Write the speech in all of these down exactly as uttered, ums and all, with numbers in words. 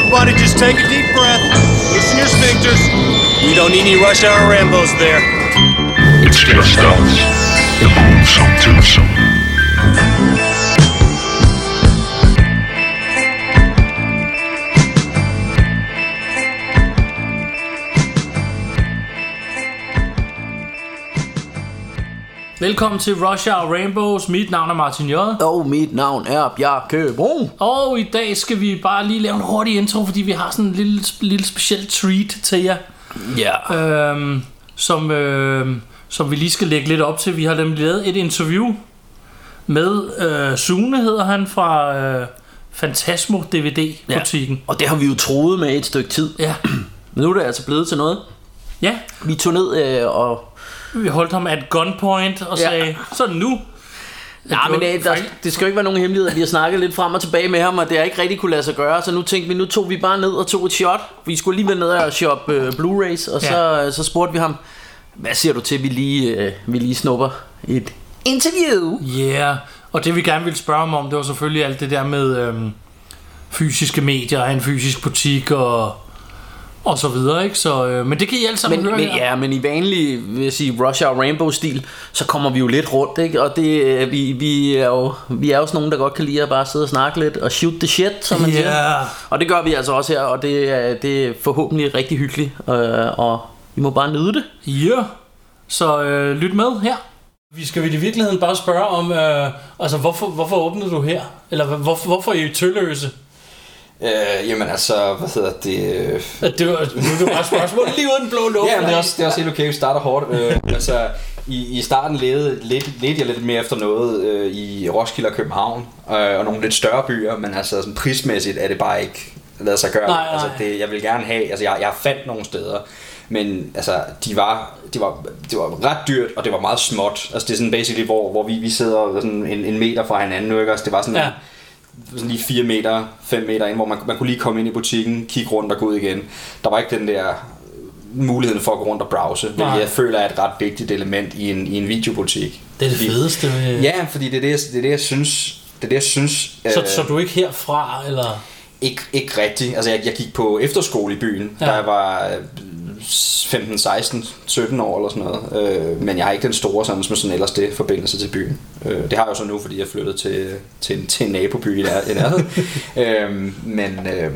everybody just take a deep breath. Loosen your sphincters. We don't need any rush hour Rambos there. It's just us. The gruesome twosome. Velkommen til Rush Hour Rambos. Mit navn er Martin J. Og mit navn er Bjarke Bro. Og i dag skal vi bare lige lave en hurtig intro, fordi vi har sådan en lille, lille speciel treat til jer. Ja. Øhm, som, øhm, som vi lige skal lægge lidt op til. Vi har nemlig lavet et interview med øh, Sune, hedder han, fra øh, Fantasmo D V D-butikken. Ja. Og det har vi jo troet med et stykke tid. Ja. Men nu er det altså blevet til noget. Ja. Vi tog ned øh, og... Vi holdt ham at gunpoint og sagde, ja. Så nu. Ja, men det, der, det skal jo ikke være nogen hemmelighed, at vi har snakket lidt frem og tilbage med ham, og det har ikke rigtig kunne lade sig gøre. Så nu tænkte vi, nu tog vi bare ned og tog et shot. Vi skulle alligevel ned og shoppe uh, Blu-rays, og ja. så, så spurgte vi ham, hvad siger du til, vi lige, uh, vi lige snupper et interview? Ja, yeah. Og det vi gerne ville spørge ham om, det var selvfølgelig alt det der med øhm, fysiske medier, en fysisk butik og... og så videre, ikke? Så, øh, men det kan I alle sammen men, høre men, her. Ja, men i vanlig, vil jeg sige, Rush Hour Rainbow-stil, så kommer vi jo lidt rundt, ikke? Og det, vi, vi, er jo, vi er jo sådan nogen, der godt kan lide at bare sidde og snakke lidt og shoot the shit, som man yeah. siger. Og det gør vi altså også her, og det er, det er forhåbentlig rigtig hyggeligt, øh, og vi må bare nyde det. Ja, yeah. Så øh, lyt med her. Vi skal i virkeligheden bare spørge om, øh, altså hvorfor, hvorfor åbnede du her? Eller hvorfor, hvorfor er I Tølløse? Øh, jamen altså, hvad hedder det? Øh... Det var, nu er det bare et spørgsmål lige uden blå luft. Ja, men det er også, det er også helt okay, vi starter hårdt. øh, Altså, i, i starten ledte, ledte, ledte jeg lidt mere efter noget øh, i Roskilde og København, øh, og nogle lidt større byer, men altså sådan prismæssigt er det bare ikke ladet sig gøre. Nej, nej. Altså, det, jeg vil gerne have, altså jeg, jeg fandt nogle steder, men altså, de var, det var, det var ret dyrt, og det var meget småt. Altså det er sådan basically, hvor, hvor vi, vi sidder sådan en, en meter fra hinanden nu, ikke? Altså, det var sådan... Ja. Sådan lige fire meter, fem meter ind, hvor man, man kunne lige komme ind i butikken, kigge rundt og gå ud igen. Der var ikke den der muligheden for at gå rundt og browse, hvilket jeg føler er et ret vigtigt element i en, i en videobutik. Det er det fedeste. Med... Ja, fordi det er det, det er det jeg synes. Det er det jeg synes. Så, øh, så du er ikke herfra eller? Ikke, ikke rigtigt. Altså jeg, jeg gik på efterskole i byen, ja. Da jeg var femten, seksten, sytten år eller sådan noget. Øh, men jeg har ikke den store sådan, som sådan ellers det forbindelse til byen. Øh, det har jeg jo så nu, fordi jeg flyttede til, til, en, til en naboby i nærheden. øh, men... Øh,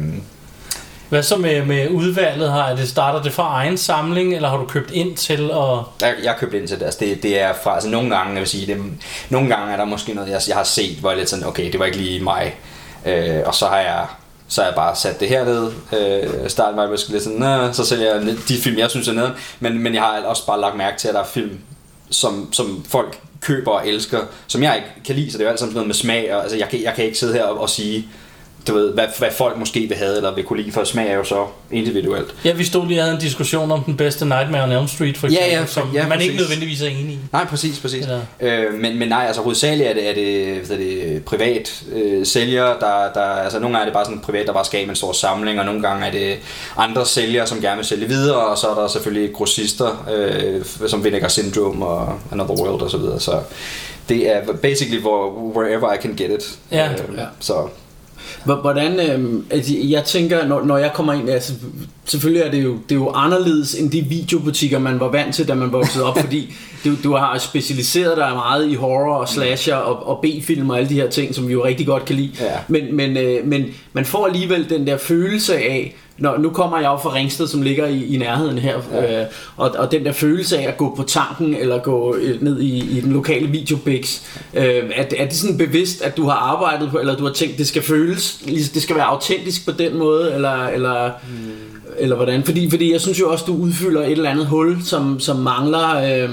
Hvad så med, med udvalget her? Det starter det fra egen samling, eller har du købt ind til? Og... Jeg, jeg har købt ind til det. Altså det, det er fra, altså nogle gange, jeg vil sige, det, nogle gange er der måske noget, jeg, jeg har set, hvor jeg lidt sådan, okay, det var ikke lige mig. Øh, og så har jeg så har jeg bare sat det hernede, øh, startet mig måske lidt sådan, Næh, så sælger jeg de film, jeg synes er nede, men, men jeg har også bare lagt mærke til, at der er film, som, som folk køber og elsker, som jeg ikke kan lide, så det er jo alt sammen sådan noget med smag, og, altså jeg kan, jeg kan ikke sidde her og, og sige, du ved, hvad, hvad folk måske vil have, eller vil kunne lide, for smag er jo så individuelt. Ja, vi stod lige og havde en diskussion om den bedste Nightmare on Elm Street, for eksempel, ja, ja, som ja, man præcis. ikke nødvendigvis er enig i. Nej, præcis, præcis. Øh, men, men nej, altså hovedsageligt er det, er det, er det privat øh, sælgere, der, der, altså nogle gange er det bare sådan privat, der bare skal med en stor samling, og nogle gange er det andre sælgere, som gerne vil sælge videre, og så er der selvfølgelig grossister, øh, som Vinegar Syndrome og Another World og så videre, så det er basically hvor, wherever I can get it. Ja, øh, ja. Så... Hvordan, øh, altså, jeg tænker, når, når jeg kommer ind, altså, selvfølgelig er det, jo, det er jo anderledes end de videobutikker, man var vant til, da man voksede op, fordi du, du har specialiseret dig meget i horror og slasher og, og B-film og alle de her ting, som vi jo rigtig godt kan lide. Ja. Men, men, øh, men man får alligevel den der følelse af, når, nu kommer jeg jo fra Ringsted, som ligger i, i nærheden her, ja. øh, og, og den der følelse af at gå på tanken, eller gå øh, ned i, i den lokale videobiks, øh, er, er det sådan bevidst, at du har arbejdet på, eller du har tænkt, det skal føles, det skal være autentisk på den måde, eller, eller, hmm. eller hvordan? Fordi, fordi jeg synes jo også, du udfylder et eller andet hul, som, som mangler... Øh,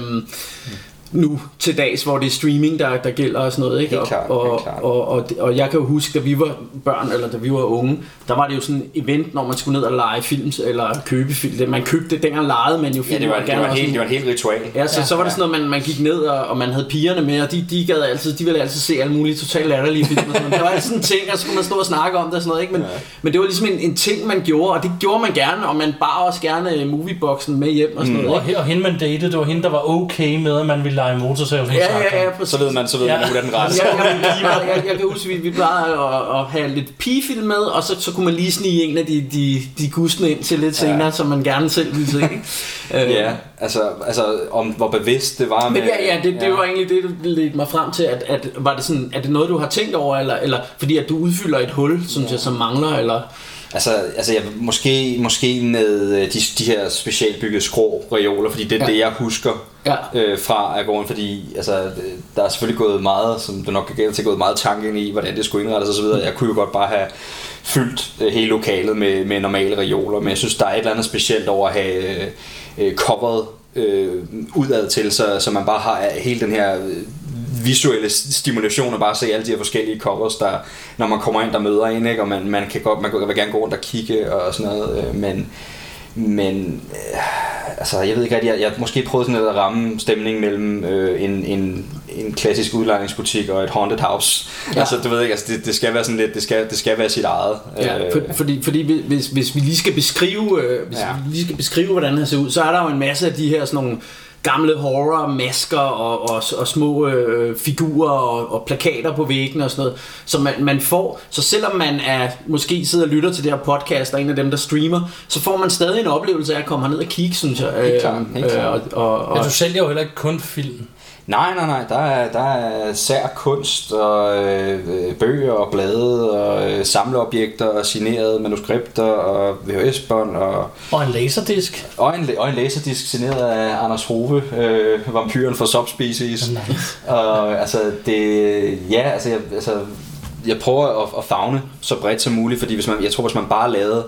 nu til dags, hvor det er streaming, der, der gælder og sådan noget, ikke? Helt klart, og, helt klart. Og, og, og jeg kan jo huske, da vi var børn, eller da vi var unge, der var det jo sådan et event, når man skulle ned og lege film, eller købe film. Man købte det, dengang legede man jo film. Ja, det var, det var, helt, det var en helt ritual. Ja, så, ja, så var det sådan noget, man, man gik ned, og, og man havde pigerne med, og de, de, gad altid, de ville altid se alle mulige totalt latterlige film. Og sådan. Det var altid sådan en ting, og så skulle man stå og snakke om det og sådan noget, ikke? Men, ja. men det var ligesom en, en ting, man gjorde, og det gjorde man gerne, og man bar også gerne movieboxen med hjem og sådan mm. noget, ikke? Og, og hende man datede, det var hende, der var okay med, at man ville lege motorsav. Ja, ja, ja, præcis. Så ved man, så ved man, Ja. hvordan den rette. Jeg, jeg, jeg, jeg, jeg kan huske, at vi, vi plejede at, at have lidt pigefilm med, og så, så kunne man lige snige en af de, de, de gustne ind til lidt senere, ja. Som man gerne selv ville se. Ja, altså, altså om hvor bevidst det var med... Men ja, ja, det, det var egentlig det, du ledte mig frem til, at, at var det sådan, er det noget, du har tænkt over, eller, eller fordi at du udfylder et hul, synes ja. Jeg, som mangler, eller... Altså, altså jeg, måske, måske med de, de her specialbyggede skrå-reoler, fordi det er ja. Det, jeg husker ja. øh, fra at gå ind, fordi altså, der er selvfølgelig gået meget, som du nok kan gælde til, gået meget tanke ind i, hvordan det skulle indrettes osv. Jeg kunne jo godt bare have fyldt øh, hele lokalet med, med normale reoler, men jeg synes, der er et eller andet specielt over at have øh, coveret øh, udad til, så, så man bare har hele den her... Øh, visuelle stimulation og bare se alle de her forskellige covers, der, når man kommer ind, der møder en, ikke? Og man, man kan godt, man kan gerne gå rundt og kigge og sådan noget, men, men altså, jeg ved ikke rigtig, jeg, jeg måske prøvet sådan at ramme stemningen mellem øh, en, en, en klassisk udlejningsbutik og et haunted house. Ja. Altså, du ved ikke, altså, det, det skal være sådan lidt, det skal, det skal være sit eget. Ja, for, fordi, fordi hvis, hvis vi lige skal beskrive, øh, hvis ja. vi lige skal beskrive, hvordan det ser ud, så er der jo en masse af de her sådan nogle gamle horror, masker og, og, og små øh, figurer og, og plakater på væggene og sådan noget, så man, man får, så selvom man er, måske sidder og lytter til det her podcast, og en af dem, der streamer, så får man stadig en oplevelse af at komme herned og kigge, synes jeg. Helt klart, helt klart. Øh, og, og, og, ja, du sælger jo heller ikke kun film. Nej, nej, nej, der er, der er sær kunst og øh, bøger og blade og øh, samleobjekter og signerede manuskripter og V H S-bånd og... Og en laserdisk. Og en, og en laserdisk signeret af Anders Hove, øh, vampyren fra Subspecies. Nice. Og altså, det... Ja, altså, jeg, altså, jeg prøver at, at favne så bredt som muligt, fordi hvis man, jeg tror, hvis man bare lavede...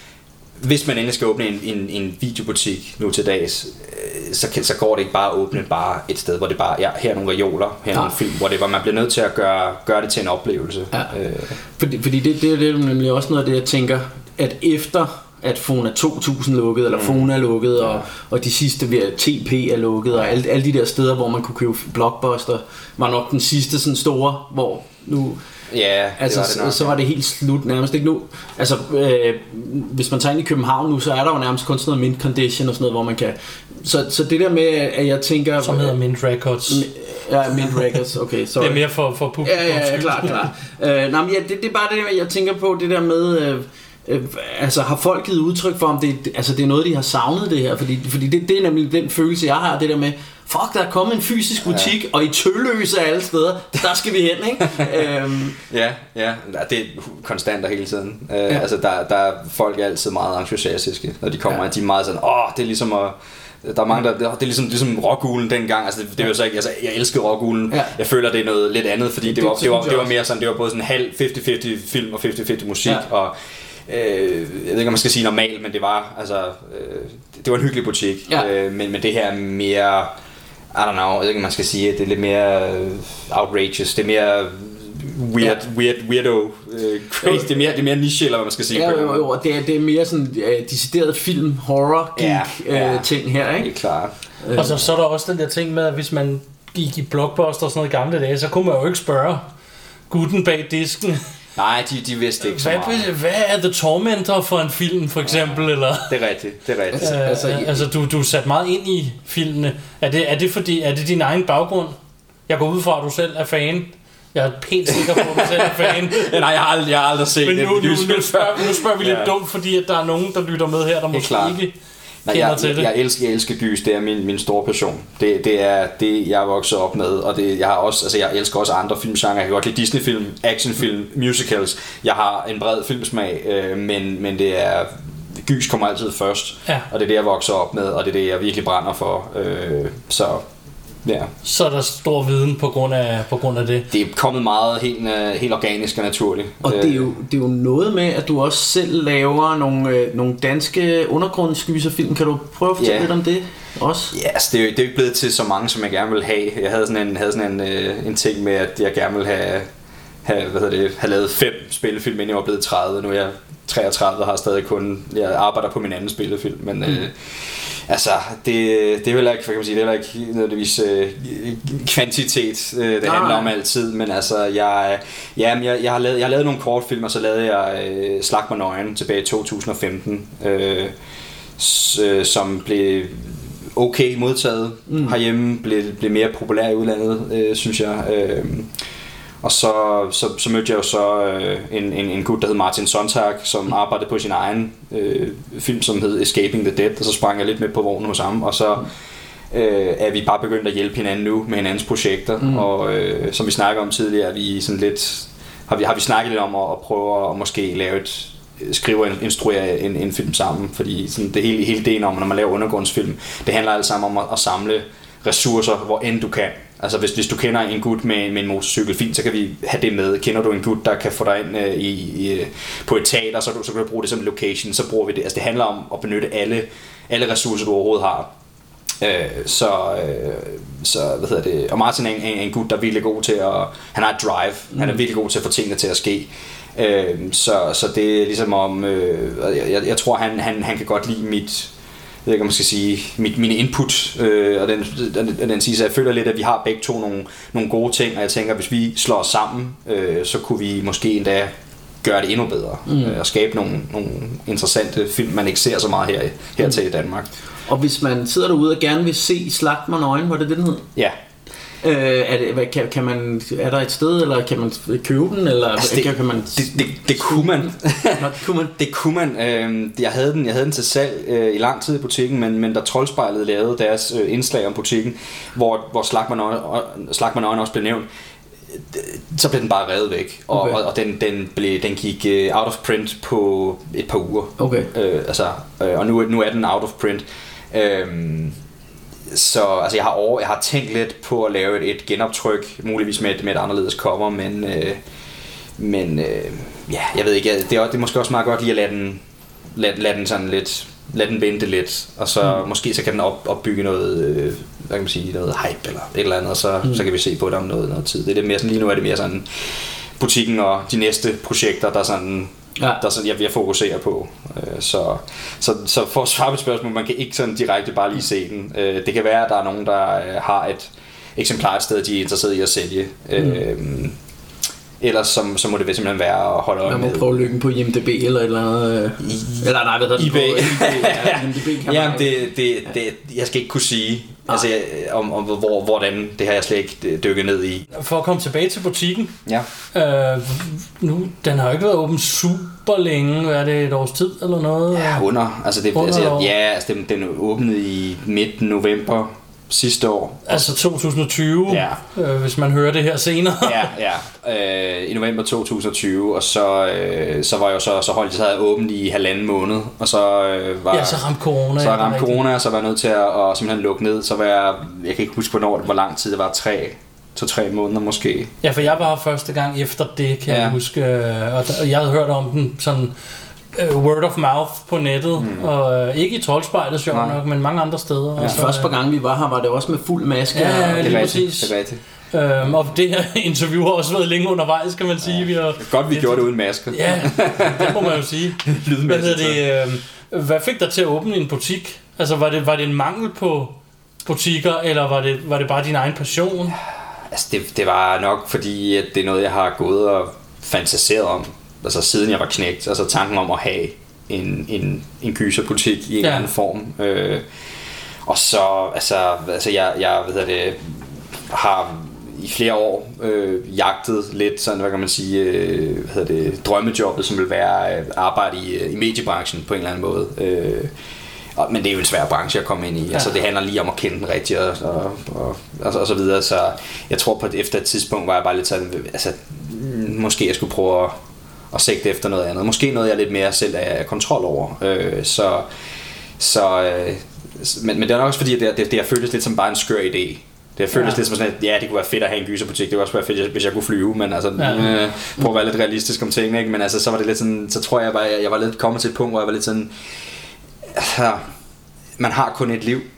Hvis man endelig skal åbne en, en, en videobutik nu til dags, øh, så, kan, så går det ikke bare at åbne bare et sted, hvor det bare, ja, her er nogle reoler, her er ja. Nogle film, hvor det, hvor man bliver nødt til at gøre, gøre det til en oplevelse. Ja. Øh. Fordi, fordi det, det, det er nemlig også noget af det, jeg tænker, at efter at Fona to tusind lukket, eller mm. Fona er lukket, ja. og, og de sidste ved T P er lukket, og alle, alle de der steder, hvor man kunne købe Blockbuster, var nok den sidste sådan store, hvor nu... Ja, altså, det var det nok, så var det helt slut nærmest ikke nu. Altså, øh, hvis man tager ind i København nu, så er der jo nærmest kun sådan noget mint condition og sådan noget, hvor man kan. Så, så det der med, at jeg tænker. Som hedder Mint Records. Ja, Mint Records. Okay, sorry. Det er mere for for publikum. Ja, ja, ja, klart, klart. øh, nej, men ja, det, det er bare det der, jeg tænker på, det der med. Øh, øh, altså, har folk givet udtryk for, om det, altså, det er noget, de har savnet det her, fordi, fordi det, det er nemlig den følelse, jeg har, det der med. Fuck, der er kommet en fysisk butik, ja. Og i Tølløse af alle steder, der skal vi hen, ikke? øhm. Ja, ja, det er konstant hele tiden. Uh, ja. Altså, der, der er folk er altid meget entusiastiske, når de kommer, ja. De er meget sådan, åh, det er ligesom at... Der er mange, der, det er ligesom, ligesom rockuglen dengang. Altså, det, det var så ikke, altså, jeg elskede rockuglen. Ja. Jeg føler, det er noget lidt andet, fordi det, det, var, det, var, det var mere sådan, det var både sådan halv halvtreds halvtreds film og halvtreds halvtreds musik, ja. Og øh, jeg ved ikke, om man skal sige normalt, men det var, altså, øh, det var en hyggelig butik. Ja. Øh, men, men det her mere... I don't know, jeg ved ikke, om man skal sige, at det er lidt mere outrageous, det er mere weird, ja. weird, weirdo, uh, crazy, det er mere, det er mere niche, eller hvad man skal sige. Ja, jo, jo, det er, det er mere sådan uh, decideret film, horror, geek ja, ja, uh, ting her, ikke? Det er klart. Uh. Og så, så er der også den der ting med, at hvis man gik i Blockbuster og sådan noget i gamle dage, så kunne man jo ikke spørge gutten bag disken. Nej, de, de vidste ikke hvad, så meget. Hvad er The Tormentor for en film, for eksempel? Ja, eller? Det er rigtigt, det er rigtigt. Altså, altså, altså du, du er sat meget ind i filmene. Er det, er det fordi, er det din egen baggrund? Jeg går ud fra, at du selv er fan. Jeg er pænt sikker på, at du selv er fan. Ja, nej, jeg har aldrig, jeg har aldrig set Men nu, det. Nu, nu, spørger, nu spørger vi lidt ja. dumt, fordi at der er nogen, der lytter med her, der måske klar. ikke Nej, jeg, jeg, jeg elsker, jeg elsker gys, det er min, min store passion. Det, det er det, jeg er vokset op med, og det, jeg har også, altså jeg elsker også andre filmgenre. Jeg kan godt lide Disney-film, actionfilm, musicals. Jeg har en bred filmsmag, øh, men, men det er gys kommer altid først, ja. Og det er det, jeg vokser op med, og det er det, jeg virkelig brænder for. Øh, så ja. Så er der stor viden på grund af, på grund af det. Det er kommet meget helt, helt organisk og naturligt. Og det er, jo, det er jo noget med, at du også selv laver nogle, nogle danske undergrundsgyserfilm. Kan du prøve at fortælle ja. lidt om det også? Ja, yes, det, er jo, det er jo ikke blevet til så mange, som jeg gerne vil have. Jeg havde sådan en, havde sådan en, en ting med, at jeg gerne ville have, have, hvad hedder det, have lavet fem spillefilm, inden jeg var blevet tredive. Nu er jeg treogtredive og har stadig kun... Jeg arbejder på min anden spillefilm, men... Mm. Øh, altså, det, det er heller ikke, hvad kan man sige, det er heller ikke nødvendigvis øh, kvantitet, øh, det Nej. handler om altid, men altså, jeg, ja, jeg, jeg, har lavet, jeg har lavet nogle kortfilm, og så lavede jeg øh, Slag mig nøgen tilbage i to tusind og femten, øh, s, øh, som blev okay modtaget mm. herhjemme, blev, blev mere populær i udlandet, øh, synes jeg. Øh, og så, så, så mødte jeg jo så øh, en, en, en gut, der hed Martin Sonntag, som mm. arbejdede på sin egen øh, film, som hed Escaping the Dead, og så sprang jeg lidt med på vognen hos ham, og så øh, er vi bare begyndt at hjælpe hinanden nu med hinandens projekter, mm. og øh, som vi snakker om tidligere, er vi sådan lidt, har, vi, har vi snakket lidt om at, at prøve at måske lave et skrive og instruere en, en film sammen, fordi sådan det hele, hele ideen om, når man laver undergrundsfilm, det handler alt sammen om at, at samle ressourcer, hvor end du kan. Altså hvis, hvis du kender en gut med, med en motorcykel, fint, så kan vi have det med. Kender du en gut, der kan få dig ind øh, i, i, på et teater, så, så kan du bruge det som location, så bruger vi det. Altså det handler om at benytte alle, alle ressourcer, du overhovedet har. Øh, så, øh, så hvad hedder det, og Martin er en, en gut, der er virkelig god til at, han har et drive, mm. han er virkelig god til at få tingene til at ske. Øh, så, så det er ligesom om, øh, jeg, jeg tror han, han, han kan godt lide mit, jeg ved ikke om man skal sige, mit, mine input, øh, og den, den, den siger, så jeg føler lidt, at vi har begge to nogle, nogle gode ting, og jeg tænker, hvis vi slår os sammen, øh, så kunne vi måske endda gøre det endnu bedre, mm. øh, og skabe nogle, nogle interessante film, man ikke ser så meget her, hertil mm. i Danmark. Og hvis man sidder derude og gerne vil se Slagt mig nøgen, var det det, den hed? Ja. Øh, er, det, kan, kan man, er der et sted, eller kan man købe den, eller altså det, kan, kan man... Det, det, det kunne man. Nå, det kunne man. Det kunne man. Øh, jeg havde den, jeg havde den til salg øh, i lang tid i butikken, men, men da Troldspejlet lavede deres øh, indslag om butikken, hvor, hvor Slagt mig nøgen også blev nævnt, så blev den bare revet væk, og, okay. og, og den, den, blev, den gik uh, out of print på et par uger. Okay. Øh, altså, øh, og nu, nu er den out of print. Øh, så altså, jeg har over, jeg har tænkt lidt på at lave et, et genoptryk, muligvis med et, med et anderledes cover, men øh, men øh, ja, jeg ved ikke, det er, det er måske også meget godt lige at lade den, lade, lade den sådan lidt, lade den vente lidt, og så mm. måske så kan den op, opbygge noget, øh, hvad kan man sige, noget hype eller et eller andet, og så, mm. så kan vi se på det om noget, noget tid. Det er det mere sådan, lige nu er det mere sådan butikken og de næste projekter, der sådan, ja. der sådan jeg vil fokusere på. Så, så, så for at svare på et spørgsmål, man kan ikke sådan direkte bare lige se den. Det kan være, at der er nogen, der har et eksemplar et sted, de er interesseret i at sælge. Mm. Ellers så, så må det simpelthen være at holde øje med. Man må prøve lykken på I M D B eller et eller andet. I, eller nej, hvad hedder det? eBay. På, eBay. Ja, I M D B kan Jamen, det, det, det, jeg skal ikke kunne sige, altså, om, om hvor, hvordan, det har jeg slet ikke dykket ned i. For at komme tilbage til butikken. Ja. Øh, nu, den har jo ikke været åben super længe. Er det et års tid eller noget? Ja, under. Altså, det, under altså, ja, altså, den, den åbnede i midt november sidste år. Altså to tusind og tyve, ja. øh, hvis man hører det her senere. ja, ja. Øh, i november to tusind og tyve, og så, øh, så var jeg jo så, så holdt jeg så åbent i halvanden måned, og så øh, var ja, så ramte corona. Så ramte corona, og så var jeg nødt til at, at simpelthen lukke ned. Så var jeg, jeg kan ikke huske, hvornår, hvor lang tid det var, tre, to-tre måneder måske. Ja, for jeg var første gang efter det, kan ja. jeg huske, og jeg havde hørt om den sådan uh, word of mouth på nettet, mm. og uh, ikke i Troldspejlet, sjovt nok, men mange andre steder. Ja. Og så, første par gange vi var her, var det også med fuld maske. Ja, og lige præcis. Det er rigtigt. Øhm, og det her interview har også været længe undervejs, kan man sige. Ja. Vi har, godt vi gjorde det uden maske. Ja, det må man jo sige. Hvad, det, øh, hvad fik dig til at åbne en butik? Altså var det, var det en mangel på butikker, eller var det, var det bare din egen passion? Altså det, det var nok fordi, at det er noget jeg har gået og fantaseret om, altså siden jeg var knægt. Altså tanken om at have en, en, en gyserbutik i en ja. anden form. øh, Og så altså, altså jeg, jeg hvad det, har i flere år øh, jagtet lidt sådan, hvad kan man sige, øh, hvad hedder det, drømmejobbet, som vil være at arbejde i, i mediebranchen på en eller anden måde. Øh, og, men det er jo en svær branche at komme ind i. Ja. Altså det handler lige om at kende den rigtigt og, og, og, og, og så videre. Så jeg tror på, at efter et tidspunkt var jeg bare lidt sådan, altså måske jeg skulle prøve at, at sigte efter noget andet. Måske noget jeg lidt mere selv er kontrol over. Øh, så så øh, men, men det er nok også fordi, at det, det, det har føltes lidt som bare en skør idé. Det føltes ja. lidt som sådan, at ja, det kunne være fedt at have en gyserbutik. Det kunne også være fedt, hvis jeg kunne flyve, men altså, ja. øh, prøve at være lidt realistisk om tingene, ikke? Men altså, så var det lidt sådan, så tror jeg bare, jeg, jeg var lidt kommet til et punkt, hvor jeg var lidt sådan, ja, man har kun et liv,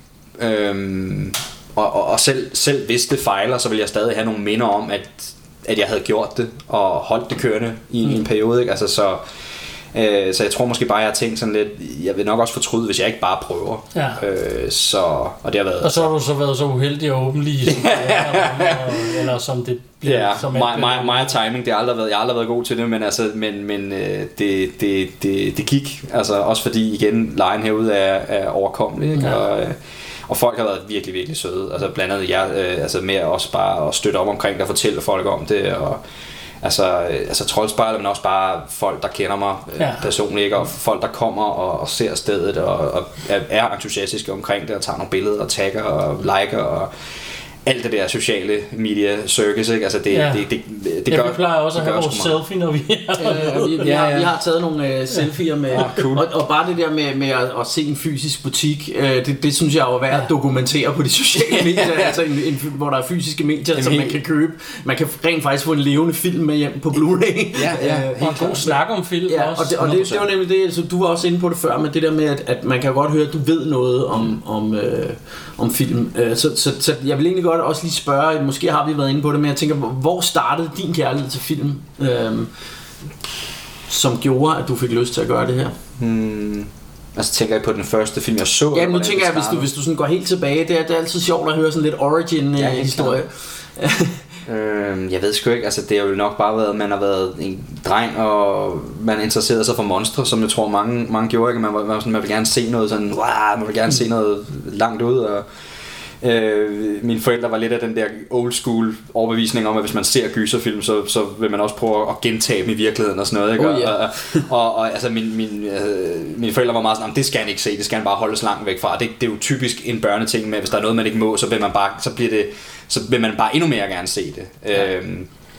øhm, og, og, og selv, selv hvis det fejler, så vil jeg stadig have nogle minder om, at, at jeg havde gjort det, og holdt det kørende i, mm. i en periode, ikke? Altså, så Øh, så jeg tror måske bare, jeg har tænkt sådan lidt, jeg vil nok også fortryde, hvis jeg ikke bare prøver. Ja. Øh, så, og det har været... Og så har du så været så uheldig og åbenlig, som det er, eller som det bliver... Ja, som mig, mig, mig og timing, det har aldrig været, jeg har aldrig været god til det, men, altså, men, men øh, det, det, det, det gik. Altså også fordi, igen, lejen herude er, er overkommelig, ikke? Ja. Og, og folk har været virkelig, virkelig søde. Altså blandt andet jer, øh, altså med også bare at støtte op omkring det og fortælle folk om det, og altså, altså Troldspejlet, men også bare folk, der kender mig øh, ja. personligt, ikke? Og folk, der kommer og, og ser stedet og, og er, er entusiastiske omkring det og tager nogle billeder og tagger og liker og alt det der sociale media circus, ikke? Altså det, ja. det, det, det, det ja, gør, vi plejer også det at have vores selfie, når vi er ja, vi, vi, har, vi har taget nogle uh, selfier med, ja, cool. og, og bare det der med, med at, at se en fysisk butik, uh, det, det synes jeg er værd at dokumentere på de sociale medier, altså en, en, hvor der er fysiske medier, Jamen, som man kan købe. Man kan rent faktisk få en levende film med hjem på Blu-ray. Ja, ja, og en god snak om film ja, også. Og, det, og det, det var nemlig det, altså, du var også inde på det før, med det der med, at, at man kan godt høre, at du ved noget om, mm. om, øh, om film. Uh, så, så, så jeg vil egentlig godt også lige spørge, måske har vi været inde på det, men jeg tænker, hvor startede din kærlighed til film, øhm, som gjorde, at du fik lyst til at gøre det her? Hmm. Altså tænker jeg på den første film, jeg så? Ja, men nu tænker jeg, hvis du, hvis du sådan går helt tilbage, det er, det er altid sjovt at høre sådan lidt origin-historie. Ja, øhm, jeg ved sgu ikke, altså det har jo nok bare været, at man har været en dreng, og man interesserede sig for monstre, som jeg tror mange, mange gjorde, ikke? Man, var, man, sådan, man vil gerne se noget sådan, wow, man vil gerne se noget langt ud, og Øh, mine forældre var lidt af den der old school overbevisning om, at hvis man ser gyserfilm, så, så vil man også prøve at gentage dem i virkeligheden og sådan noget, ikke? Oh, yeah. og, og, og altså min, min, øh, mine forældre var meget sådan, det skal han ikke se, det skal han bare holdes langt væk fra. Det, det er jo typisk en børneting med, hvis der er noget man ikke må, så vil man bare, så bliver det, så vil man bare endnu mere gerne se det. Ja. Øh,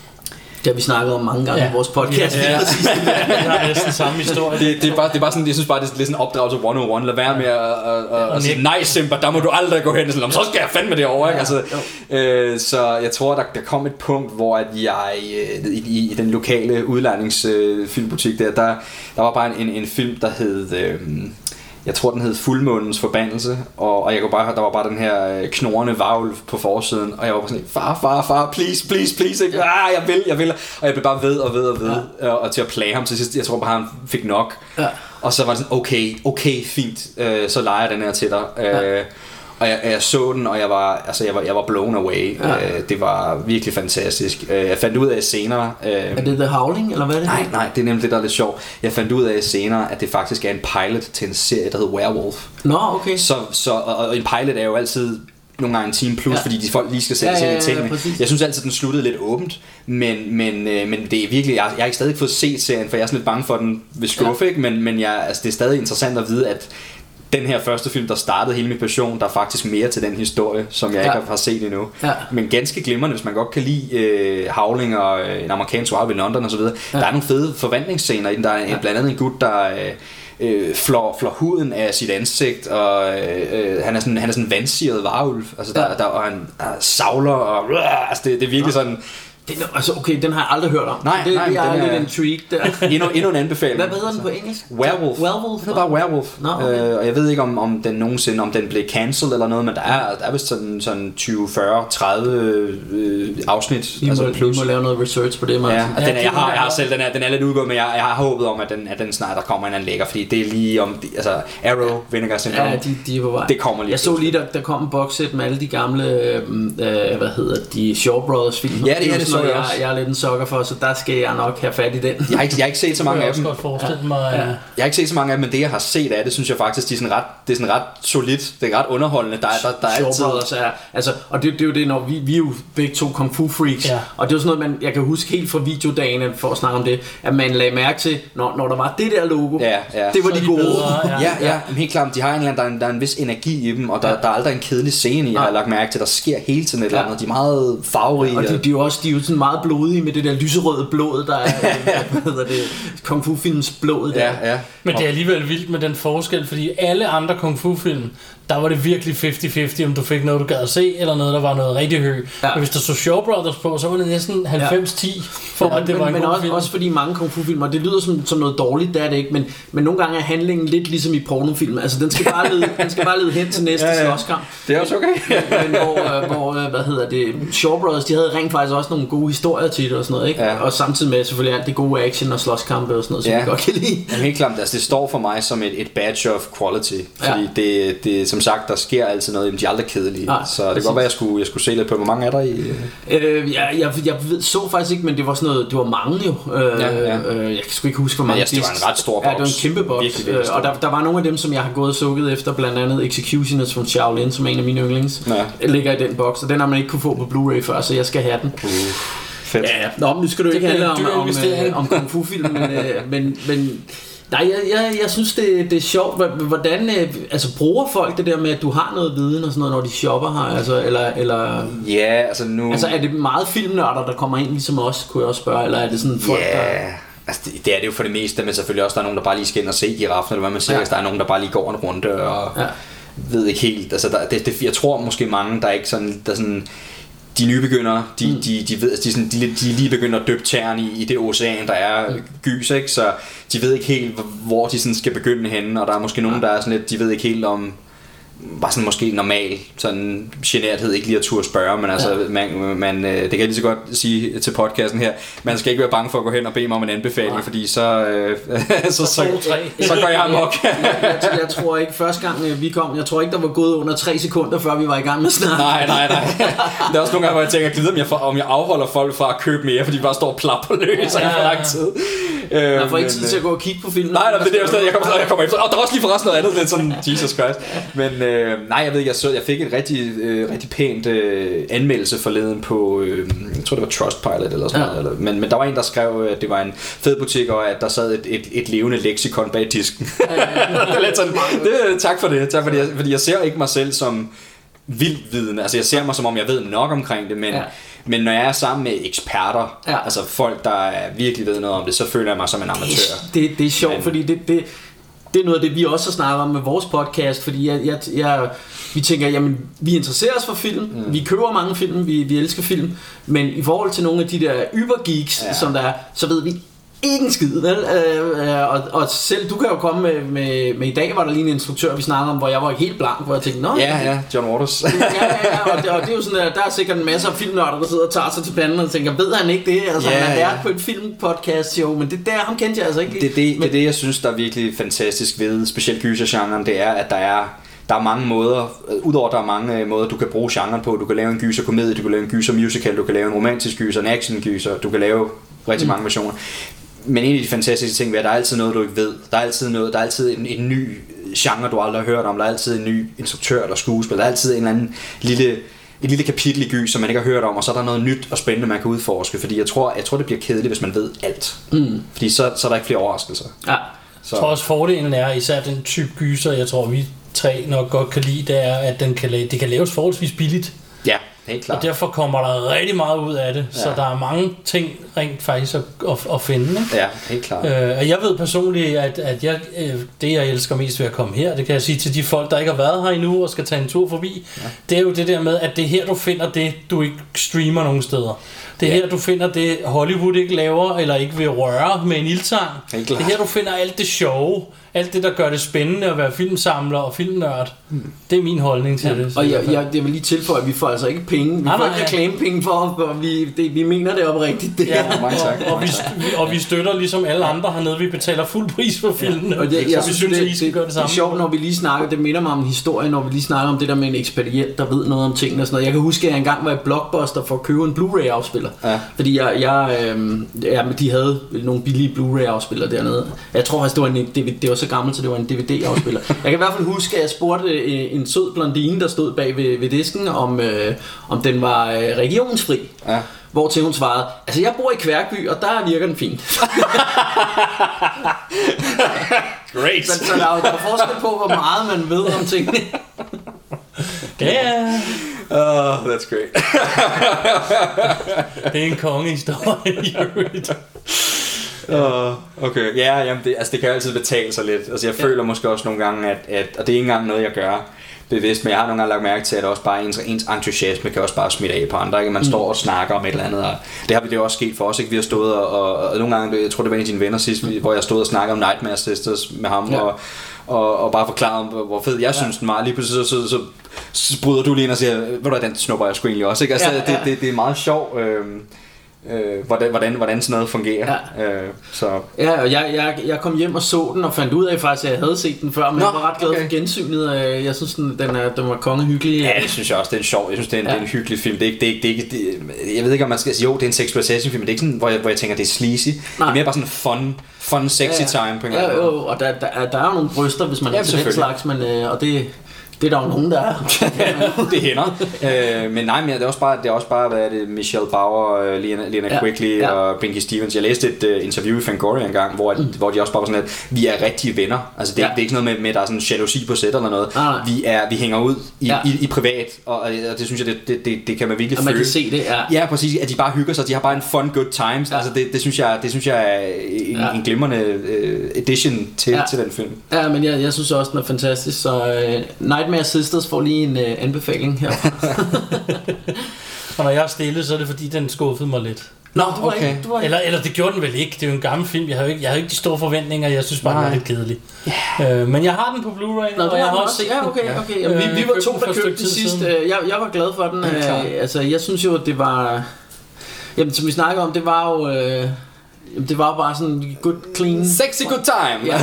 Det har vi snakket om mange gange ja. i vores podcast. Ja, ja. Jeg har næsten samme historie. Det, det, er bare, det er bare sådan, jeg synes bare, det er lidt sådan en opdragelse et hundrede og en. Lad være med at, at, at, at sige, nej Simba, der må du aldrig gå hen. Sådan, så skal jeg fandme det over, ikke? Altså, øh, så jeg tror, der, der kom et punkt, hvor at jeg i, i, i den lokale udlejningsfilmbutik der, der, der var bare en, en film, der hed... Øh, jeg tror den hed Fuldmånens Forbandelse, og, og jeg kunne bare, der var bare den her knorrende varulv på forsiden, og jeg var bare sådan, far, far, far, please, please, please, ikke? Ah, jeg vil, jeg vil, og jeg blev bare ved og ved og ved, ja. og, og til at plage ham til sidst. Jeg tror bare han fik nok, ja. Og så var det sådan, okay, okay, fint, øh, så leger jeg den her til dig. Ja. Øh, og jeg, jeg så den, og jeg var, altså jeg var, jeg var blown away. Ja. Øh, det var virkelig fantastisk. Øh, jeg fandt ud af senere. Øh, er det The Howling eller hvad er det? Nej, nej, det er nemlig det der er lidt sjovt. Jeg fandt ud af senere, at det faktisk er en pilot til en serie, der hedder Werewolf. Nå, okay. Så, så og, og en pilot er jo altid nogle gange en time plus, ja. Fordi de folk lige skal sætte sig ja, ja, ja, ind i tingene. Jeg synes altid, den sluttede lidt åbent, men, men, øh, men det er virkelig, jeg, jeg har ikke stadig fået set serien, for jeg er sådan lidt bange for, den vil skuffe, ja. Ikke? Men, men jeg, altså, det er stadig interessant at vide, at den her første film, der startede hele min passion, der er faktisk mere til den historie, som jeg ja. Ikke har set endnu. Ja. Men ganske glimrende, hvis man godt kan lide øh, Howling og øh, en amerikansk Wild i London og så videre. Ja. Der er nogle fede forvandlingsscener i den. Der er ja. Blandt andet en gut, der øh, øh, flår, flår huden af sit ansigt, og øh, han er sådan han er sådan en vandsiret varulv. Altså der, ja. der og han er savler og øh, altså det, det er virkelig sådan. Den, altså okay, den har jeg aldrig hørt om. Nej, det, nej, det er lidt er intrigued der. endnu, endnu en anbefaling. Hvad hedder den på engelsk? Werewolf. Werewolf. Den er bare Werewolf. No, okay. øh, og jeg ved ikke om, om den nogensinde, om den blev cancelled eller noget, men der er, der er vist sådan, sådan tyve, fyrre, tredive øh, afsnit. Vi må, altså plus. må lave noget research på det, Martin. Ja, ja, den er, jeg, har, jeg har selv, den er, den er lidt udgået, men jeg, jeg har håbet om, at den, at den snart der kommer en anden lækker, fordi det er lige om, altså Arrow, Vinegar Syndrome. Ja, de, de er på vej. Det kommer lige. Jeg så lige, der, der kom en boxset med alle de gamle, øh, hvad hedder de, Shaw Brothers film. Ja, det er det, så jeg, jeg, jeg er lidt en sokker for, så der skal jeg nok have fat i den. Jeg har ikke, jeg har ikke set så mange af dem. Jeg forestille mig. Ja. Jeg har ikke set så mange af dem, men det jeg har set af det, synes jeg faktisk, de er sådan ret, det er sådan ret solidt, det er ret underholdende. Der er, der, der er Shaw altid... Brothers er, altså, og det, det er jo det, når vi, vi er jo begge to kung fu freaks, ja. Og det er jo sådan noget, man, jeg kan huske helt fra videodagene, for at snakke om det, at man lagde mærke til, når, når der var det der logo, ja, ja. det var de, de gode. Bedre, ja, ja, ja. Men helt klart, de har en eller anden, der er en, der er en vis energi i dem, og der, ja. Der er aldrig en kedelig scene, jeg har lagt mærke til, der sker hele tiden et eller andet. De er meget farverige. Ja, og de, de, er jo også, de er jo sådan meget blodige med det der lyserøde blod, der er, hvad hedder det, kung fu films blod der. Ja, ja. Men det er alligevel vildt med den forskel, fordi alle andre kung fu film, der var det virkelig halvtreds halvtreds, om du fik noget, du gad at se, eller noget, der var noget rigtig højt. Ja. Men hvis der så Shaw Brothers på, så var det næsten halvfems ti, for ja, at det men, var en men god også, film. også fordi mange kung fu filmer, det lyder som, som noget dårligt, det er det ikke, men, men nogle gange er handlingen lidt ligesom i pornofilm. Altså, den skal bare lede, den skal bare lede hen til næste ja, ja. slåskamp. Det er også okay. men hvor, hvor, hvad hedder det, Shaw Brothers, de havde rent faktisk også nogle gode historier til det og sådan noget, ikke? Ja. Og samtidig med selvfølgelig alt det gode action og slåskampe og sådan noget, som Ja. jeg godt kan lide. Jamen helt klart, altså det står for mig som et, et badge of quality, fordi Ja. det, det, som sagt, der sker altid noget, men de er aldrig kedelige, Nej, så det kan præcis. godt være, at jeg skulle, jeg skulle se lidt på, hvor mange er der i... Øh, jeg, jeg, jeg ved, så faktisk ikke, men det var sådan noget, det var mange jo. Øh, Ja, ja. Øh, jeg kan sgu ikke huske, hvor mange. Men ja, det var en ret stor boks. Ja, det var en kæmpe boks. Virkelig, virkelig stor. Øh, og der, der var nogle af dem, som jeg har gået og sukket efter, blandt andet Executioners from Shaolin, som er en af mine yndlings, Ja. ligger i den boks, og den har man ikke kunne få på Blu-ray før, så jeg skal have den. Uh, fedt. Ja, nå, men nu skal du Det ikke bliver handle en om, dyr om, investering. øh, om kung fu film, men, øh, men, men nej, jeg, jeg, jeg synes det, det er sjovt. Hvordan øh, altså, bruger folk det der med, at du har noget viden og sådan noget, når de shopper her, altså, eller, eller Ja, altså nu... altså, er det meget filmnørder, der kommer ind ligesom os, kunne jeg også spørge, eller er det sådan folk, Ja, der... altså det, det er det jo for det meste, men selvfølgelig også, der er nogen, der bare lige skal ind og se Giraffen, eller hvad man siger, Ja. ja. Der er nogen, der bare lige går en runde og Ja. ved ikke helt, altså der, det, det, jeg tror måske mange, der er ikke sådan, der sådan, de nye begyndere, de, mm. de, de ved, de, sådan, de, de er lige begyndt at dyppe tæerne i, i det ocean, der er mm. gys, ikke? Så de ved ikke helt, hvor de sådan skal begynde henne, og der er måske nogen, der er sådan lidt, de ved ikke helt om, bare sådan måske normal sådan generthed, ikke lige at turde spørge, men altså, ja. man, man, det kan jeg lige så godt sige til podcasten her, man skal ikke være bange for at gå hen og bede mig om en anbefaling, Nej. fordi så, øh, så, så, så, tre. så går jeg amok. jeg, jeg, jeg tror ikke, første gang øh, vi kom, jeg tror ikke, der var gået under tre sekunder, før vi var i gang med snakken. Nej, nej, nej. Der er også nogle gange, hvor jeg tænker, jeg om jeg, for, om jeg afholder folk fra at købe mere, fordi de bare står og plapper løs ja, ja, ja. for lang tid. Jeg får ikke tid til at gå og kigge på filmen. Nej, nej, det er det jo stadig, jeg kommer, jeg kommer efter. Og der er også lige forresten noget andet, lidt sådan, Jesus Christ. Men øh, nej, jeg ved ikke, jeg, så, jeg fik et rigtig, øh, rigtig pænt øh, anmeldelse forleden på, øh, jeg tror det var Trustpilot eller sådan ja. noget. Eller, men, men der var en, der skrev, at det var en fed butik, og at der sad et, et, et levende leksikon bag disken. Ja, ja, ja. Lidt sådan, det, tak for det, tak for det, fordi jeg ser ikke mig selv som vildvidende. Altså jeg ser mig som om jeg ved nok omkring det, men, ja. men når jeg er sammen med eksperter, ja. altså folk der virkelig ved noget om det, så føler jeg mig som en amatør. Det, det er sjovt, men, fordi det, det, det er noget af det vi også har snakket om med vores podcast, fordi jeg, jeg, jeg, vi tænker, jamen vi interesserer os for film, mm. vi køber mange film, vi, vi elsker film, men i forhold til nogle af de der ybergeeks, ja. som der er, så ved vi ikke en skid, vel? Øh, øh, og, og selv du kan jo komme med, med, med i dag var der lige en instruktør vi snakkede om, hvor jeg var helt blank, hvor jeg tænkte, nå ja, ja, John Waters. ja, ja, ja, og det, og det er jo sådan, at der er sikkert en masse af filmnørder, der sidder og tager sig til panden og tænker, ved han ikke det? Altså ja, han er ja. på et filmpodcast jo, men det der, ham kendte jeg altså ikke. Det, det, det er det, jeg synes, der er virkelig fantastisk ved specielt gysergenren, det er, at der er Der er mange måder, udover der er mange måder, du kan bruge genren på. Du kan lave en gyser komedie, du kan lave en gyser musical, du kan lave en romantisk gyser, en action gyser, du kan lave rigtig mange versioner. Men en af de fantastiske ting er, at der er altid noget, du ikke ved. Der er altid noget, der er altid en, en ny genre, du aldrig har hørt om. Der er altid en ny instruktør eller skuespiller. Der er altid en eller anden lille, et lille kapitel i gys, som man ikke har hørt om, og så er der noget nyt og spændende, man kan udforske. Fordi jeg tror, jeg tror det bliver kedeligt, hvis man ved alt. Mm. Fordi så, så er der ikke flere overraskelser. Ja. Så. Jeg tror også fordelen er, især den type gyser, jeg tror vi tre nok godt kan lide, det er, at den kan, det kan laves forholdsvis billigt. Ja, helt klart. Og derfor kommer der rigtig meget ud af det, ja. Så der er mange ting rent faktisk at, at, at finde. Ikke? Ja, helt klart. Øh, og jeg ved personligt, at, at jeg, det jeg elsker mest ved at komme her, det kan jeg sige til de folk, der ikke har været her endnu og skal tage en tur forbi, ja. Det er jo det der med, at det er her, du finder det, du ikke streamer nogen steder. Det er ja. Her, du finder det, Hollywood ikke laver, eller ikke vil røre med en ildtang. Det er her, du finder alt det sjove, alt det, der gør det spændende at være filmsamler og filmnørd. Hmm. Det er min holdning til ja. Det. Og jeg, jeg, jeg vil lige tilføje, at vi får altså ikke penge. Vi nej, får nej, ikke reklamepenge for, for vi, det, vi mener det oprigtigt. Det ja, mange tak. Og, og, vi, og vi støtter ligesom alle andre hernede, vi betaler fuld pris for filmene. Ja. Og det, jeg så vi synes, det, at I skal det, gøre det samme. Det er sjovt, når vi lige snakker, det minder mig om en historie, når vi lige snakker om det der med en ekspedient, der ved noget om tingene og sådan noget. Jeg kan huske, at jeg engang var i Blockbuster for at købe en Blu-ray afspiller. Ja. Fordi jeg, jeg øh, ja, de havde nogle billige Blu-ray afspillere dernede. Jeg tror faktisk, det var en D V D, det var så gammelt, så det var en D V D afspiller. Jeg kan i hvert fald huske, at jeg spurgte en sød blondine, der stod bag ved, ved disken, om, øh, om den var øh, regionsfri. Ja. Hvor til hun svarede, altså jeg bor i Kværkby, og der virker den fint. Great. Så, så der er jo der er forskel på, hvor meget man ved om tingene. Ja, yeah. Oh, that's great. Det er en kongehistorie. Uh, okay, ja, jamen det, altså det kan jo altid betale sig lidt. Altså jeg ja. føler måske også nogle gange, at, at og det er ikke engang noget, jeg gør bevidst, men jeg har nogle gange lagt mærke til, at også bare ens, ens entusiasme kan også bare smitte af på andre, ikke? Man mm. står og snakker om et eller andet, og det har vi det også sket for os, ikke? Vi har stået og, og, og nogle gange, jeg tror det var en af dine venner sidst, mm. hvor jeg stod og snakkede om Nightmare Sisters med ham, ja. og, og, og bare forklarede om, hvor fed jeg synes ja. Den var. Lige pludselig så, så, så, så bryder du lige ind og siger, ved du hvad, den snupper jeg sgu egentlig også, ikke? Altså, ja, ja. Det, det, det er meget sjovt. Øh, øh, hvordan, hvordan, hvordan sådan noget fungerer. Ja. Øh, så. Ja, og jeg, jeg, jeg kom hjem og så den og fandt ud af faktisk, at jeg havde set den før, men Nå, jeg var ret glad okay. for gensynet. Jeg synes, den, den, er, den var kongehyggelig. Ja, det synes jeg også, det er en sjov. Jeg synes, det er en, ja. det er en hyggelig film. Det er ikke, det er ikke, det er ikke, det, jeg ved ikke, om man skal sige, jo, det er en sexploitation film, men det er ikke sådan, hvor jeg, hvor jeg tænker, det er sleazy. Nej. Det er mere bare sådan fun, fun sexy ja, time på en ja, jo, og der, der, der er jo nogle bryster, hvis man ja, er til den slags, men, øh, og det... Det er der jo nogen, der er. Det hænder. øh, men nej, men det er også bare, det er også bare hvad er det, Michelle Bauer, Lena, Lena ja, Quigley ja. og Binky Stevens. Jeg læste et uh, interview i Fangoria engang, hvor, mm. hvor de også bare var sådan, at vi er rigtige venner. Altså det, ja. det er ikke sådan noget med, med, at der er sådan jalousi på sæt eller noget. Ah, vi, er, vi hænger ud i, ja. i, i privat, og, og det synes jeg, det, det, det, det kan man virkelig og føle. Man kan se det, ja. Ja, præcis, at de bare hygger sig, de har bare en fun good times. Ja. Altså det, det, synes jeg, det synes jeg er en, ja. en glimrende uh, addition til, ja. til den film. Ja, men jeg, jeg synes også, den er fantastisk. Så uh, Nightmare Sisters får lige en uh, anbefaling her. Og når jeg er stille, så er det fordi, den skuffede mig lidt. Nå, du var okay. ikke, du var ikke. Eller, eller det gjorde den vel ikke. Det er jo en gammel film. Jeg havde ikke, jeg havde ikke de store forventninger. Jeg synes bare, Nej. den var lidt kedelig. Yeah. Øh, men jeg har den på Blu-ray, Nå, og jeg har også set ja, okay, okay. Jamen, vi, vi var to, der købte den sidst. Jeg, jeg var glad for den. Ja, øh, altså, jeg synes jo, at det var... Jamen, som vi snakkede om, det var jo... Øh, det var bare sådan good, clean... Sexy good time! Ja.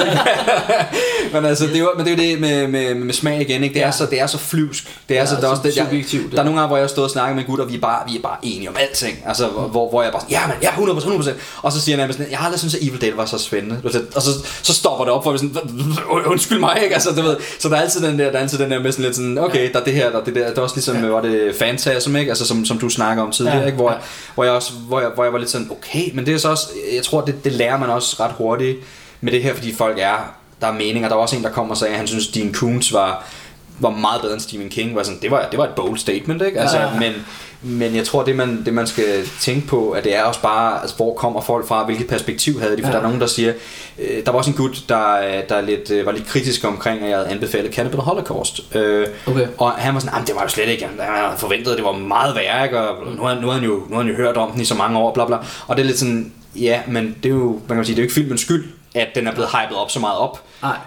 men altså, det er jo, men det er jo det med, med, med smag igen, ikke? Det er, ja. så, det er så flyvsk. Det er, ja, så, der, er også det, jeg, der er nogle gange, hvor jeg har stået og snakket med en gut, og vi er bare, vi er bare enige om alting. Altså, mm. hvor, hvor jeg bare sådan, ja, men, ja, hundrede procent. Og så siger han sådan, jeg har aldrig syntes, at Evil Dead var så spændende. Og så, så stopper det op for, sådan, undskyld mig, ikke? Altså, du ved, så der er altid den der, der er altid den der med sådan lidt sådan, okay, der er det her, der er det der. Det er også ligesom, ja. var det Phantasm, ikke? Altså, som, som du snakker om tidligere, ja. ikke? Hvor, ja. hvor, jeg også, hvor, jeg, hvor jeg var lidt sådan, okay, men det er så også, jeg tror, det, det lærer man også ret hurtigt med det her, fordi folk er, der er meninger. Der var også en, der kom og sagde, at han synes, at Dean Koontz var, var meget bedre end Stephen King. Var sådan, det, var, det var et bold statement, ikke? Altså, ja. men, men jeg tror, det man, det man skal tænke på, at det er også bare, altså, hvor kommer folk fra, hvilket perspektiv havde de? For ja. der er nogen, der siger, øh, der var også en gut, der, der lidt, øh, var lidt kritisk omkring, at jeg havde anbefalet Cannibal Holocaust. Øh, okay. Og han var sådan, det var jo slet ikke, han havde forventet, det var meget værre, ikke? Og nu har, nu har han jo, nu har han jo hørt om den i så mange år, bla bla. Og det er lidt sådan, ja, men det er jo, man kan sige, det er jo ikke filmens skyld, at den er blevet hypet op så meget op.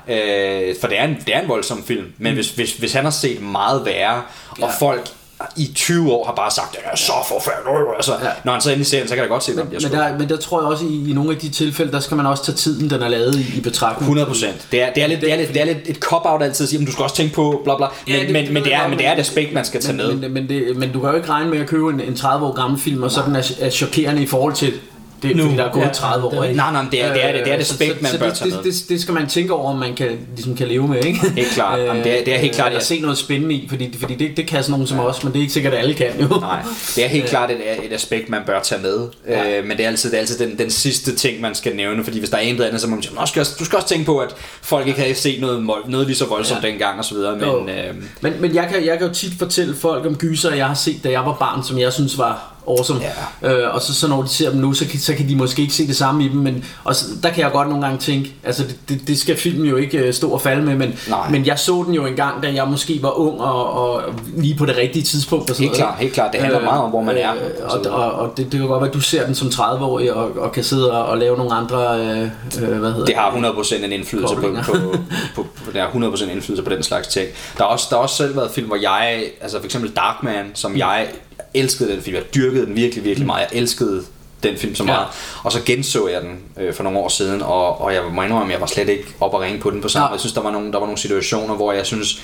Øh, for det er, en, det er en voldsom film. Men mm. hvis, hvis, hvis han har set meget værre, ja. og folk i tyve år har bare sagt, at det er så forfærdeligt. Altså, ja. Når han så endelig ser den, så kan jeg godt se, men, men, der, men der tror jeg også, i, i nogle af de tilfælde, der skal man også tage tiden, den er lavet i, i betragtning. hundrede procent. Det er, det er lidt, det er lidt, det er lidt et cop-out altid at sige, at du skal også tænke på bla bla. Men, ja, det, men, men, det er, men det er et aspekt, man skal tage men, med. Men, men, det, men du kan jo ikke regne med at købe en, en tredive år gammel film, og så den er, er chokerende i forhold til... Det er nu, fordi der er gået ja, tredive år, ikke? Nej, nej, det er det, er det, det, er det aspekt, man så, bør det, tage med. Det, det, det skal man tænke over, om man kan, ligesom kan leve med, ikke? Helt klart. Jamen, det, er, det er helt klart. Eller se noget spændende i, fordi, fordi det, det kan sådan nogen som os, men det er ikke sikkert, at alle kan jo. Nej, det er helt klart et, et aspekt, man bør tage med. Ja. Øh, men det er altid, det er altid den, den sidste ting, man skal nævne, fordi hvis der er en eller andet, så må man sige, du skal, også, du skal også tænke på, at folk ikke havde set noget, noget lige så voldsomt ja. dengang og så videre. Men, øh, men, men jeg, kan, jeg kan jo tit fortælle folk om gyser, jeg har set, da jeg var barn, som jeg synes var awesome. Ja. Øh, og så, så når de ser dem nu, så kan, så kan de måske ikke se det samme i dem, men og så, der kan jeg godt nogle gange tænke, altså det, det, det skal filmen jo ikke stå og falde med, men, men jeg så den jo en gang, da jeg måske var ung og, og lige på det rigtige tidspunkt. Og sådan helt noget. klart, helt klart. Det handler øh, meget om, hvor man er. Øh, og og, og det, det kan godt være, at du ser den som tredive-årig og, og kan sidde og, og lave nogle andre, øh, hvad hedder det? har hundrede procent en indflydelse på, på, på, på, det har hundrede procent indflydelse på den slags ting. Der har også, der har også selv været film, hvor jeg, altså for eksempel Darkman, som mm. jeg elskede den film, jeg dyrkede den virkelig, virkelig meget. Jeg elskede den film så meget. Ja. Og så genså jeg den øh, for nogle år siden, og, og jeg må indrømme, jeg var slet ikke op og ringe på den på samme. Ja. Jeg synes, der var nogle, der var nogle situationer, hvor jeg synes,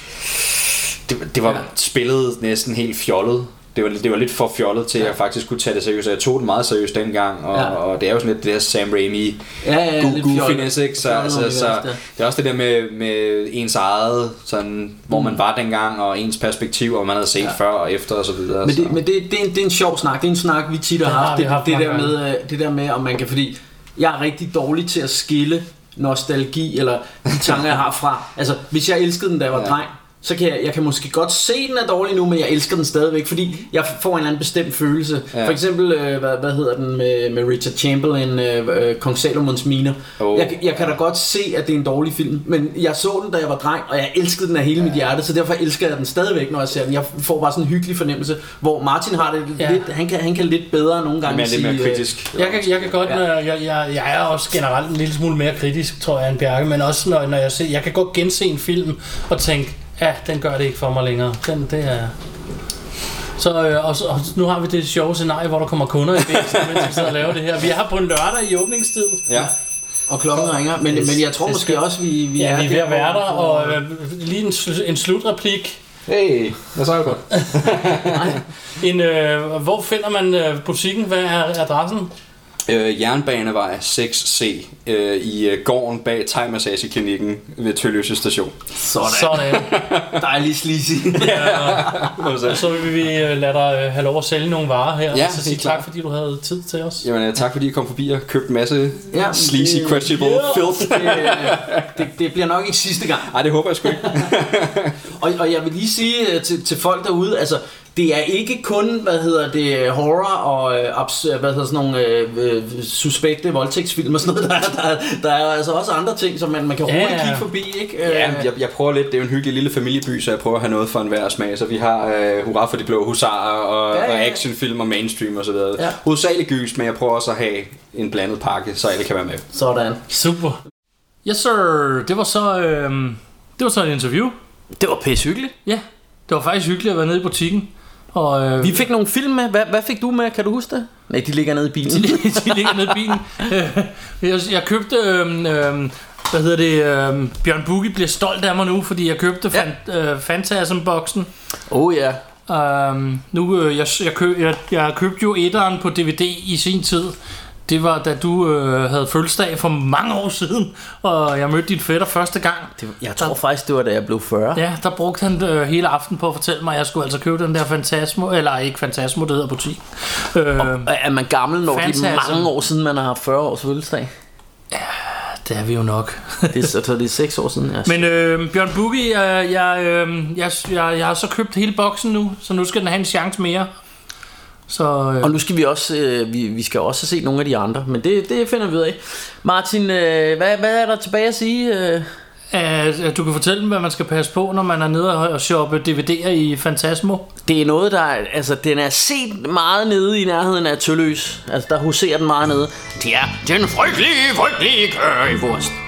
det, det var ja. spillet næsten helt fjollet. Det var, det var lidt for fjollet til, at jeg faktisk kunne tage det seriøst. Jeg tog den meget seriøst dengang, og, ja. og det er jo sådan lidt det der Sam Raimi ja, ja, ja, goofiness, ikke? Så, så, så, så det er også det der med, med ens eget, sådan, hvor mm. man var dengang, og ens perspektiv, og man havde set ja. før og efter og så videre. Men, det, men det, det, er en, det er en sjov snak. Det er en snak, vi tit har haft. Det, haft det, der med, det der med, om man kan, fordi jeg er rigtig dårlig til at skille nostalgi, eller de tanker, jeg har fra. Altså, hvis jeg elskede den, da jeg var ja. dreng, så kan jeg, jeg kan måske godt se, den er dårlig nu, men jeg elsker den stadigvæk, fordi jeg får en eller anden bestemt følelse. Ja. For eksempel, øh, hvad, hvad hedder den med, med Richard Chamberlain, øh, Kong Salomons miner. Oh. Jeg, jeg kan da godt se, at det er en dårlig film, men jeg så den, da jeg var dreng, og jeg elskede den af hele ja. mit hjerte, så derfor elsker jeg den stadigvæk, når jeg ser den. Jeg får bare sådan en hyggelig fornemmelse, hvor Martin har det ja. lidt, han kan, han kan lidt bedre nogle gange sige... Men lidt mere kritisk. Jeg kan, jeg kan godt, ja. jeg, jeg, jeg er også generelt en lille smule mere kritisk, tror jeg, end Bjarke, men også når, når jeg ser, jeg kan godt gense en film og tænke, ja, den gør det ikke for mig længere. Den, det er... Så, øh, og, og nu har vi det sjove scenarie, hvor der kommer kunder i bæsen, mens vi sidder og laver det her. Vi er her på en lørdag i åbningstid. Ja. Og klokken ringer, men, men jeg tror måske også, vi, vi ja, er... vi er ved at være der, og øh, lige en, en slutreplik. Hey, hvad så er det godt? en, øh, hvor finder man øh, butikken? Hvad er adressen? Øh, Jernbanevej seks C øh, i øh, gården bag thai-massageklinikken ved Tølløse station. Sådan. Sådan. Dejlig sleazy. Ja. Så vil vi øh, lade dig øh, have lov at sælge nogle varer her. Ja, og så sige tak, fordi du havde tid til os. Jamen, øh, tak fordi I kom forbi og købte en masse Ja, sleazy, det- questionable Yeah. filth. det, det, det bliver nok ikke sidste gang. Ej, det håber jeg sgu ikke. Og, og jeg vil lige sige øh, til, til folk derude, altså det er ikke kun, hvad hedder det, horror og øh, abs, hvad hedder sådan nogle øh, øh, suspekte voldtægtsfilm og sådan noget. Der er, der, er, der er altså også andre ting, som man, man kan roligt Ja, ja. kigge forbi, ikke? Ja, Øh, jeg, jeg prøver lidt. Det er jo en hyggelig lille familieby, så jeg prøver at have noget for enhver smag. Så vi har øh, Hurra for de blå husarer og, Ja, ja, ja. og actionfilm og mainstream og så videre. Ja. Hovedsageligt gys, men jeg prøver også at have en blandet pakke, så alle kan være med. Sådan. Super. Yes sir, det var så, øh, det var så et interview. Det var pisse hyggeligt. Ja, det var faktisk hyggeligt at være nede i butikken. Og, øh, Vi fik nogle film med. Hvad, hvad fik du med? Kan du huske det? Nej, de ligger nede i bilen. de, de ligger nede i bilen. jeg, jeg købte, øh, øh, hvad hedder det, øh, Bjørn Bugge bliver stolt af mig nu, fordi jeg købte Ja. fan, øh, Phantasm-boksen. Oh ja. Um, nu, øh, jeg, jeg, køb, jeg, jeg købte jo etteren på D V D i sin tid. Det var da du øh, havde fødselsdag for mange år siden, og jeg mødte din fætter første gang. Det, jeg tror faktisk, det var da jeg blev fyrre. Ja, der brugte han øh, hele aften på at fortælle mig, at jeg skulle altså købe den der Fantasmo, eller ikke Fantasmo, det hedder butik. Øh, Er man gammel, når det Fantasm. er mange år siden, man har haft fyrre års fødselsdag? det er vi jo nok. Det er, så det er seks år siden. Jeg Men øh, Bjørn Bugge, jeg, jeg, øh, jeg, jeg, jeg har så købt hele boksen nu, så nu skal den have en chance mere. Så, øh, Og nu skal vi også øh, vi, vi skal også se nogle af de andre, men det, det finder vi ud af. Martin, øh, hvad, hvad er der tilbage at sige? Øh? at, at du kan fortælle dem, hvad man skal passe på, når man er nede og shoppe D V D'er i Fantasmo. Det er noget, der er, altså den er set meget nede i nærheden af Tølløs. Altså der huserer den meget nede. Det er den frygtelige, frygtelige kø i Wurst.